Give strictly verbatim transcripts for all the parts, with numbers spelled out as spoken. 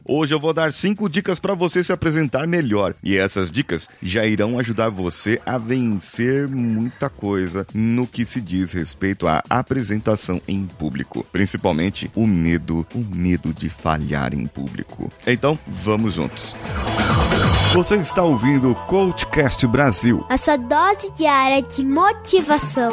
Hoje eu vou dar cinco dicas para você se apresentar melhor. E essas dicas já irão ajudar você a vencer muita coisa no que se diz respeito à apresentação em público. Principalmente o medo, o medo de falhar em público. Então, vamos juntos. Você está ouvindo o CoachCast Brasil. A sua dose diária de motivação.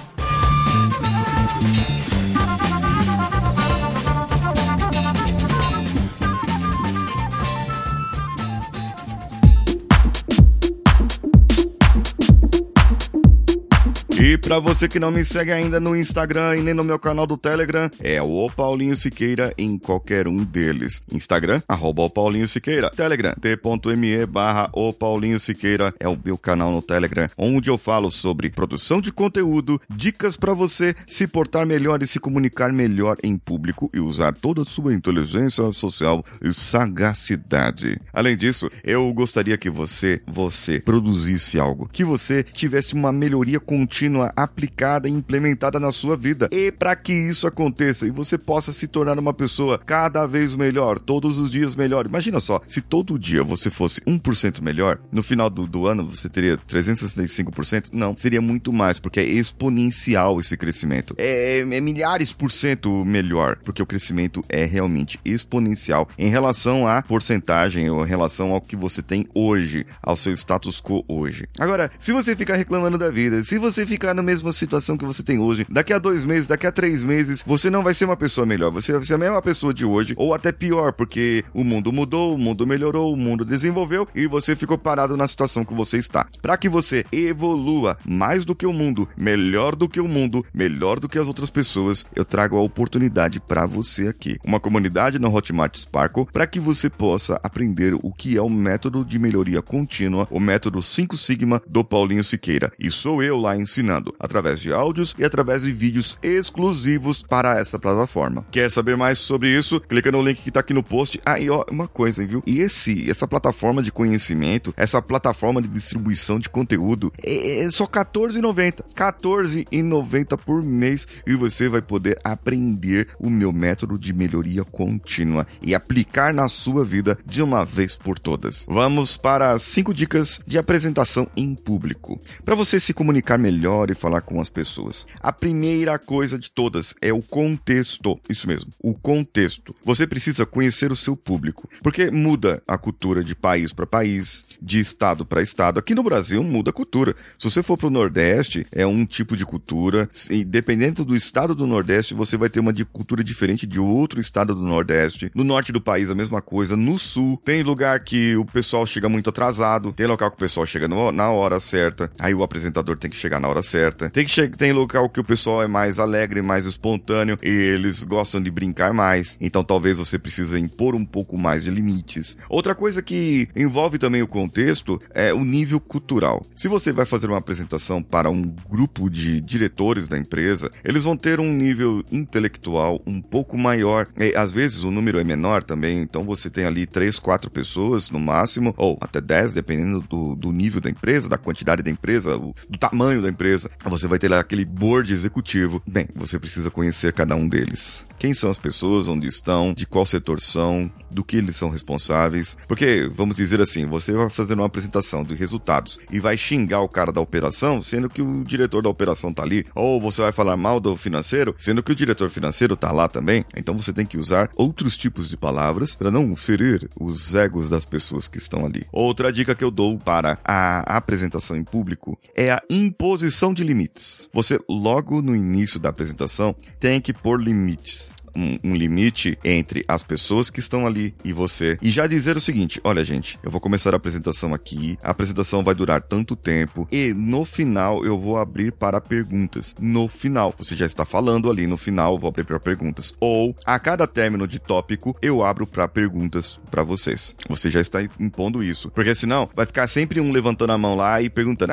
E pra você que não me segue ainda no Instagram e nem no meu canal do Telegram, é o Paulinho Siqueira em qualquer um deles. Instagram, arroba o Paulinho Siqueira. Telegram, t.me barra o Paulinho Siqueira é o meu canal no Telegram, onde eu falo sobre produção de conteúdo, dicas pra você se portar melhor e se comunicar melhor em público e usar toda a sua inteligência social e sagacidade. Além disso, eu gostaria que você, você produzisse algo, que você tivesse uma melhoria contínua aplicada e implementada na sua vida. E para que isso aconteça e você possa se tornar uma pessoa cada vez melhor, todos os dias melhor. Imagina só, se todo dia você fosse um por cento melhor, no final do, do ano você teria trezentos e sessenta e cinco por cento? Não, seria muito mais, porque é exponencial esse crescimento. É, é milhares por cento melhor, porque o crescimento é realmente exponencial em relação à porcentagem ou em relação ao que você tem hoje, ao seu status quo hoje. Agora, se você ficar reclamando da vida, se você ficar na mesma situação que você tem hoje, daqui a dois meses, daqui a três meses, você não vai ser uma pessoa melhor, você vai ser a mesma pessoa de hoje, ou até pior, porque o mundo mudou, o mundo melhorou, o mundo desenvolveu e você ficou parado na situação que você está. Para que você evolua mais do que o mundo, melhor do que o mundo, melhor do que as outras pessoas, eu trago a oportunidade para você aqui. Uma comunidade no Hotmart Sparkle para que você possa aprender o que é o método de melhoria contínua, o método cinco Sigma do Paulinho Siqueira. E sou eu lá ensinando através de áudios e através de vídeos exclusivos para essa plataforma. Quer saber mais sobre isso? Clica no link que tá aqui no post. Ah, e ó, uma coisa, viu? E esse, essa plataforma de conhecimento, essa plataforma de distribuição de conteúdo, é só quatorze reais e noventa centavos. quatorze reais e noventa centavos por mês e você vai poder aprender o meu método de melhoria contínua e aplicar na sua vida de uma vez por todas. Vamos para as cinco dicas de apresentação em público. Para você se comunicar melhor e falar com as pessoas. A primeira coisa de todas é o contexto. Isso mesmo, o contexto. Você precisa conhecer o seu público, porque muda a cultura de país para país, de estado para estado. Aqui no Brasil muda a cultura. Se você for para o Nordeste, é um tipo de cultura, e dependendo do estado do Nordeste, você vai ter uma de cultura diferente de outro estado do Nordeste. No norte do país, a mesma coisa. No sul, tem lugar que o pessoal chega muito atrasado, tem local que o pessoal chega no, na hora certa, aí o apresentador tem que chegar na hora certa. Tem que che- tem local que o pessoal é mais alegre, mais espontâneo e eles gostam de brincar mais. Então talvez você precise impor um pouco mais de limites. Outra coisa que envolve também o contexto é o nível cultural. Se você vai fazer uma apresentação para um grupo de diretores da empresa, eles vão ter um nível intelectual um pouco maior. E, às vezes o número é menor também, então você tem ali três, quatro pessoas no máximo, ou até dez, dependendo do, do nível da empresa, da quantidade da empresa, o, do tamanho da empresa. Você vai ter lá aquele board executivo. Bem, você precisa conhecer cada um deles. Quem são as pessoas, onde estão, de qual setor são, do que eles são responsáveis. Porque, vamos dizer assim, você vai fazer uma apresentação de resultados e vai xingar o cara da operação, sendo que o diretor da operação tá ali. Ou você vai falar mal do financeiro, sendo que o diretor financeiro tá lá também. Então você tem que usar outros tipos de palavras para não ferir os egos das pessoas que estão ali. Outra dica que eu dou para a apresentação em público é a imposição de limites. Você, logo no início da apresentação, tem que pôr limites. Um, um limite entre as pessoas que estão ali e você. E já dizer o seguinte: olha, gente, eu vou começar a apresentação aqui, a apresentação vai durar tanto tempo e no final eu vou abrir para perguntas. No final, você já está falando ali, no final eu vou abrir para perguntas. Ou, a cada término de tópico, eu abro para perguntas para vocês. Você já está impondo isso. Porque senão, vai ficar sempre um levantando a mão lá e perguntando: ah, não, não,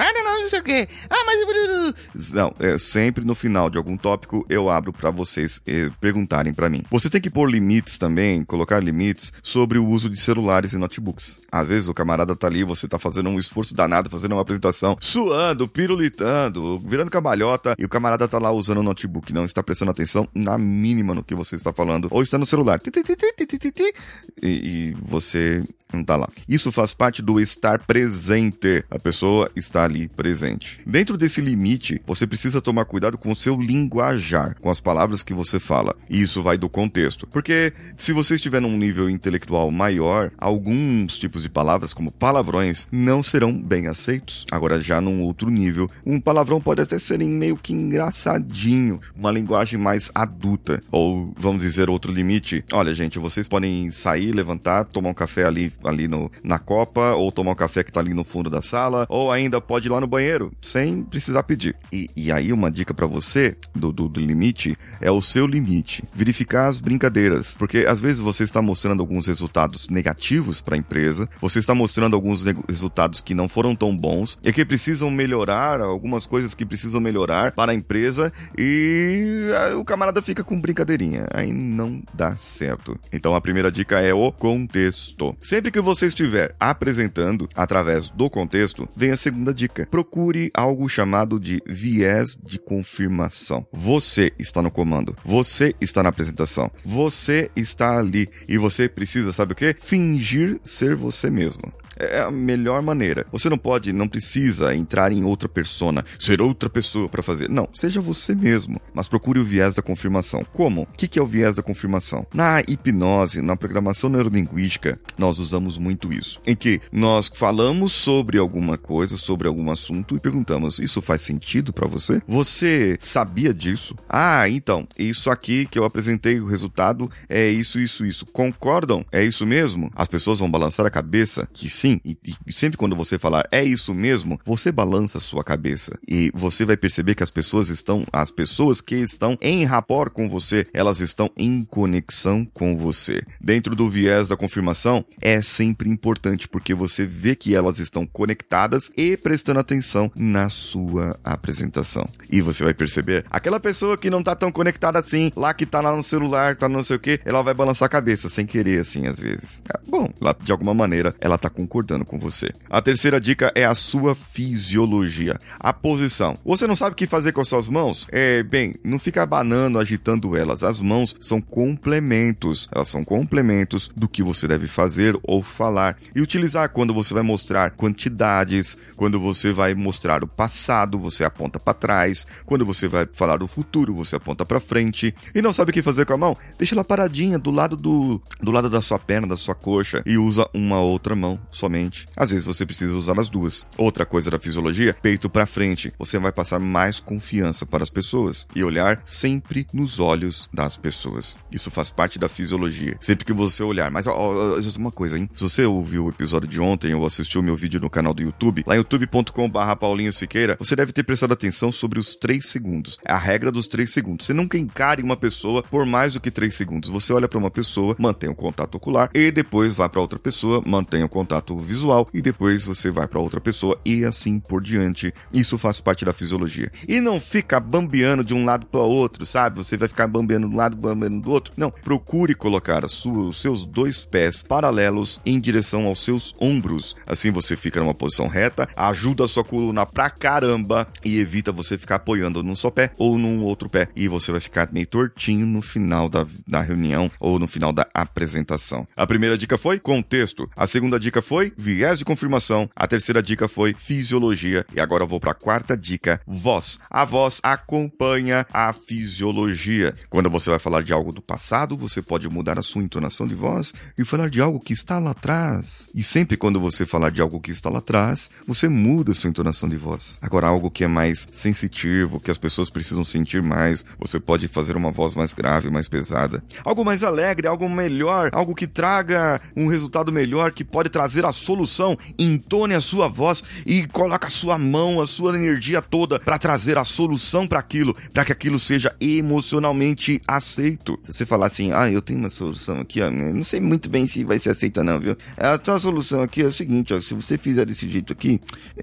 não sei o quê. Ah, mas... Não, é, sempre no final de algum tópico eu abro pra vocês eh, perguntarem pra mim. Você tem que pôr limites também, colocar limites sobre o uso de celulares e notebooks. Às vezes o camarada tá ali, você tá fazendo um esforço danado, fazendo uma apresentação, suando, pirulitando, virando cambalhota, e o camarada tá lá usando o notebook, não está prestando atenção na mínima no que você está falando, ou está no celular. E, e você não tá lá. Isso faz parte do estar presente. A pessoa está ali presente. Dentro desse limite, você precisa tomar cuidado com o seu linguajar, com as palavras que você fala. E isso vai do contexto. Porque se você estiver num nível intelectual maior, alguns tipos de palavras, como palavrões, não serão bem aceitos. Agora, já num outro nível, um palavrão pode até ser meio que engraçadinho, uma linguagem mais adulta. Ou, vamos dizer, outro limite. Olha, gente, vocês podem sair, levantar, tomar um café ali ali no, na copa, ou tomar um café que tá ali no fundo da sala, ou ainda pode ir lá no banheiro, sem precisar pedir. E, e aí uma dica pra você, do, do, do limite, é o seu limite. Verificar as brincadeiras, porque às vezes você está mostrando alguns resultados negativos pra empresa, você está mostrando alguns ne- resultados que não foram tão bons, e que precisam melhorar, algumas coisas que precisam melhorar para a empresa, e aí o camarada fica com brincadeirinha. Aí não dá certo. Então a primeira dica é o contexto. Sempre que você estiver apresentando através do contexto, vem a segunda dica. Procure algo chamado de viés de confirmação. Você está no comando. Você está na apresentação. Você está ali. E você precisa, sabe o quê? Fingir ser você mesmo. É a melhor maneira. Você não pode, não precisa entrar em outra persona, ser outra pessoa para fazer. Não, seja você mesmo. Mas procure o viés da confirmação. Como? O que é o viés da confirmação? Na hipnose, na programação neurolinguística, nós usamos muito isso. Em que nós falamos sobre alguma coisa, sobre algum assunto e perguntamos, isso faz sentido para você? Você sabia disso? Ah, então, isso aqui que eu apresentei, o resultado é isso, isso, isso. Concordam? É isso mesmo? As pessoas vão balançar a cabeça que sim, e, e sempre quando você falar é isso mesmo, você balança a sua cabeça e você vai perceber que as pessoas estão, as pessoas que estão em rapport com você, elas estão em conexão com você. Dentro do viés da confirmação, é sempre importante porque você vê que elas estão conectadas e prestando atenção na sua apresentação. E você vai perceber, aquela pessoa que não tá tão conectada assim, lá que tá lá no celular, tá não sei o que, ela vai balançar a cabeça sem querer assim às vezes. É, bom, ela, de alguma maneira, ela tá concordando com você. A terceira dica é a sua fisiologia, a posição. Você não sabe o que fazer com as suas mãos? É, bem, não fica abanando, agitando elas. As mãos são complementos, elas são complementos do que você deve fazer ou falar. E utilizar quando você vai mostrar quantidades, quando você vai mostrar o passado, você aponta para trás, quando você vai falar do futuro, você aponta para frente. E não sabe o que fazer com a mão? Deixa ela paradinha do lado do, do lado da sua perna, da sua coxa e usa uma outra mão somente. Às vezes você precisa usar as duas. Outra coisa da fisiologia, peito para frente. Você vai passar mais confiança para as pessoas e olhar sempre nos olhos das pessoas. Isso faz parte da fisiologia. Sempre que você olhar, mas ó, ó, uma coisa, hein? Se você ouviu o episódio de ontem ou assistiu o meu vídeo no canal do YouTube, lá em youtube ponto com barra Paulinho Siqueira, você deve ter prestado atenção sobre os três segundos. É a regra dos três segundos. Você nunca encare uma pessoa por mais do que três segundos. Você olha para uma pessoa, mantém o contato ocular e depois vai para outra pessoa, mantém o contato visual e depois você vai para outra pessoa e assim por diante. Isso faz parte da fisiologia. E não fica bambeando de um lado para o outro, sabe? Você vai ficar bambeando de um lado, bambeando do outro. Não, procure colocar a sua, os seus dois pés paralelos em direção aos seus ombros. Assim você fica numa posição reta, ajuda a sua coluna pra caramba e evita você ficar apoiando num só pé ou num outro pé. E você vai ficar meio tortinho no final da, da reunião ou no final da apresentação. A primeira dica foi contexto. A segunda dica foi viés de confirmação. A terceira dica foi fisiologia. E agora eu vou pra quarta dica, voz. A voz acompanha a fisiologia. Quando você vai falar de algo do passado, você pode mudar a sua entonação de voz e falar de algo que está lá atrás. E sempre quando você falar de algo que está lá atrás, você muda a sua entonação de voz. Agora, algo que é mais sensitivo, que as pessoas precisam sentir mais, você pode fazer uma voz mais grave, mais pesada. Algo mais alegre, algo melhor, algo que traga um resultado melhor, que pode trazer a solução. Entone a sua voz e coloque a sua mão, a sua energia toda para trazer a solução para aquilo, para que aquilo seja emocionalmente aceito. Se você falar assim, ah, eu tenho uma solução aqui, ó, eu não sei muito bem se vai ser aceita não, viu? A tua solução aqui é o seguinte, ó, se você fizer desse jeito aqui, é, mas eu,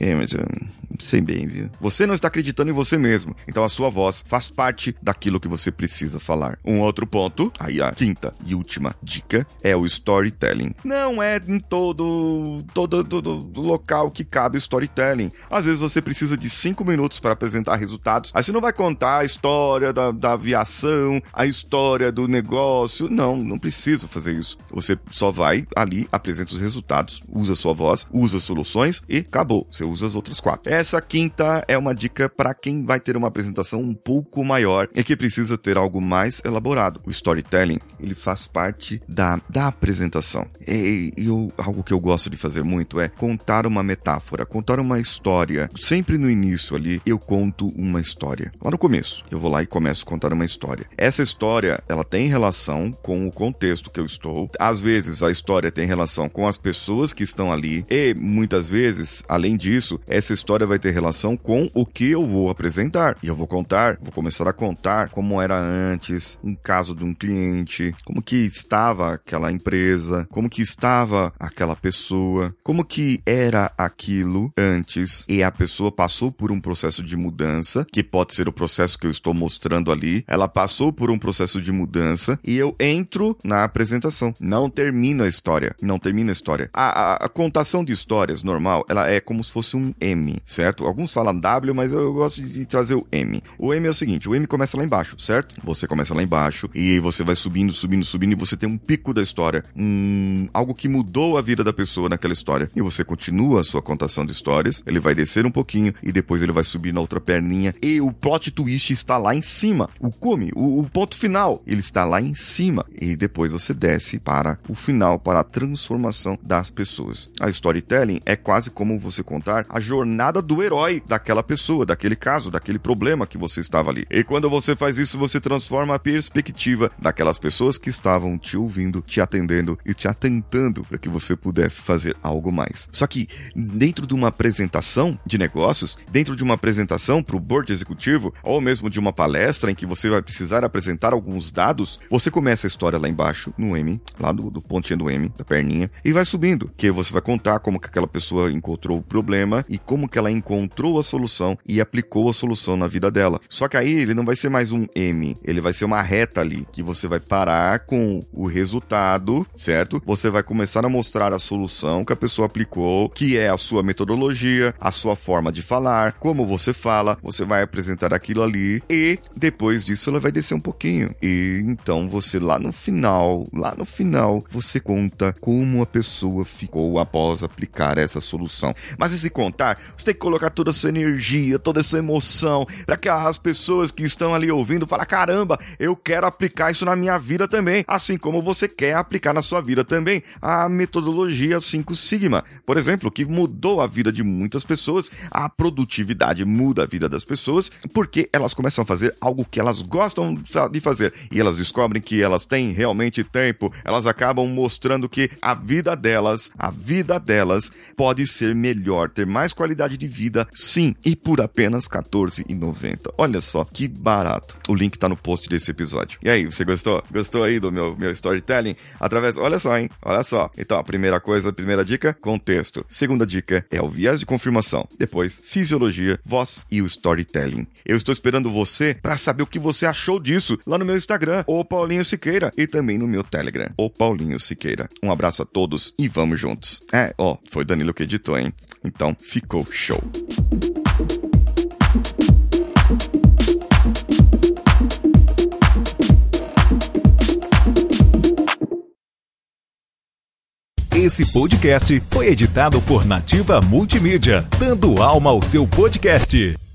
sei bem, viu? Você não está acreditando em você mesmo, então a sua voz faz parte daquilo que você precisa falar. Um outro ponto, aí a quinta e última dica, é o storytelling. Não é em todo, todo, todo local que cabe o storytelling. Às vezes você precisa de cinco minutos para apresentar resultados, aí você não vai contar a história da, da aviação, a história do negócio, não, não preciso fazer isso. Você só vai ali, apresenta os resultados, usa sua voz, usa soluções e acabou. Você usa as outras quatro. Essa quinta é uma dica para quem vai ter uma apresentação um pouco maior e que precisa ter algo mais elaborado. O storytelling, ele faz parte da, da apresentação. E eu, algo que eu gosto de fazer muito é contar uma metáfora, contar uma história. Sempre no início ali, eu conto uma história. Lá no começo, eu vou lá e começo a contar uma história. Essa história, ela tem relação com o contexto que eu estou. Às vezes, a história tem relação com as pessoas que estão ali e, muitas vezes, além disso, essa história vai ter relação com o que eu vou apresentar. E eu vou contar, vou começar a contar como era antes, um caso de um cliente, como que estava aquela empresa, como que estava aquela pessoa, como que era aquilo antes e a pessoa passou por um processo de mudança, que pode ser o processo que eu estou mostrando ali. Ela passou por um processo de mudança e eu entro na apresentação. Não termino a história. Não termino a história. A, a, a contação de histórias normal, ela é como se fosse um M, certo? Alguns falam W, mas eu gosto de trazer o M. O M é o seguinte, o M começa lá embaixo, certo? Você começa lá embaixo e você vai subindo, subindo, subindo e você tem um pico da história. Um, algo que mudou a vida da pessoa naquela história. E você continua a sua contação de histórias, ele vai descer um pouquinho e depois ele vai subir na outra perninha e o plot twist está lá em cima. O cume, o, o ponto final, ele está lá em cima. E depois você desce para o final, para a transformação das pessoas. A storytelling é quase como você contar a jornada do herói daquela pessoa, daquele caso, daquele problema que você estava ali. E quando você faz isso, você transforma a perspectiva daquelas pessoas que estavam te ouvindo, te atendendo e te atentando para que você pudesse fazer algo mais. Só que dentro de uma apresentação de negócios, dentro de uma apresentação para o board executivo, ou mesmo de uma palestra em que você vai precisar apresentar alguns dados, você começa a história lá embaixo, no M, lá do, do pontinho do M, da perninha, e vai subindo, que você vai contar como que aquela pessoa encontrou o problema e como que ela encontrou a solução e aplicou a solução na vida dela. Só que aí ele não vai ser mais um M, ele vai ser uma reta ali, que você vai parar com o resultado, certo? Você vai começar a mostrar a solução que a pessoa aplicou, que é a sua metodologia, a sua forma de falar, como você fala, você vai apresentar aquilo ali e depois disso ela vai descer um pouquinho. E então você lá no final, lá no final, você conta como a pessoa ficou após aplicar essa solução. Mas esse contar, você tem que colocar toda a sua energia, toda a sua emoção, para que as pessoas que estão ali ouvindo falem, caramba, eu quero aplicar isso na minha vida também, assim como você quer aplicar na sua vida também a metodologia cinco Sigma, por exemplo, que mudou a vida de muitas pessoas. A produtividade muda a vida das pessoas porque elas começam a fazer algo que elas gostam de fazer e elas descobrem que elas têm realmente tempo, elas acabam mostrando que a vida delas, a vida delas pode ser melhor, ter mais qualidade de vida, sim, e por apenas quatorze reais e noventa centavos. Olha só, que barato. O link tá no post desse episódio. E aí, você gostou? Gostou aí do meu, meu storytelling? Através, olha só, hein? Olha só. Então, a primeira coisa, a primeira dica, contexto. Segunda dica é o viés de confirmação. Depois, fisiologia, voz e o storytelling. Eu estou esperando você para saber o que você achou disso lá no meu Instagram, o Paulinho Siqueira, e também no meu Telegram, o Paulinho Siqueira. Um abraço a todos e vamos juntos. É, ó, foi Danilo que editou, hein? Então, ficou show. Esse podcast foi editado por Nativa Multimídia, dando alma ao seu podcast.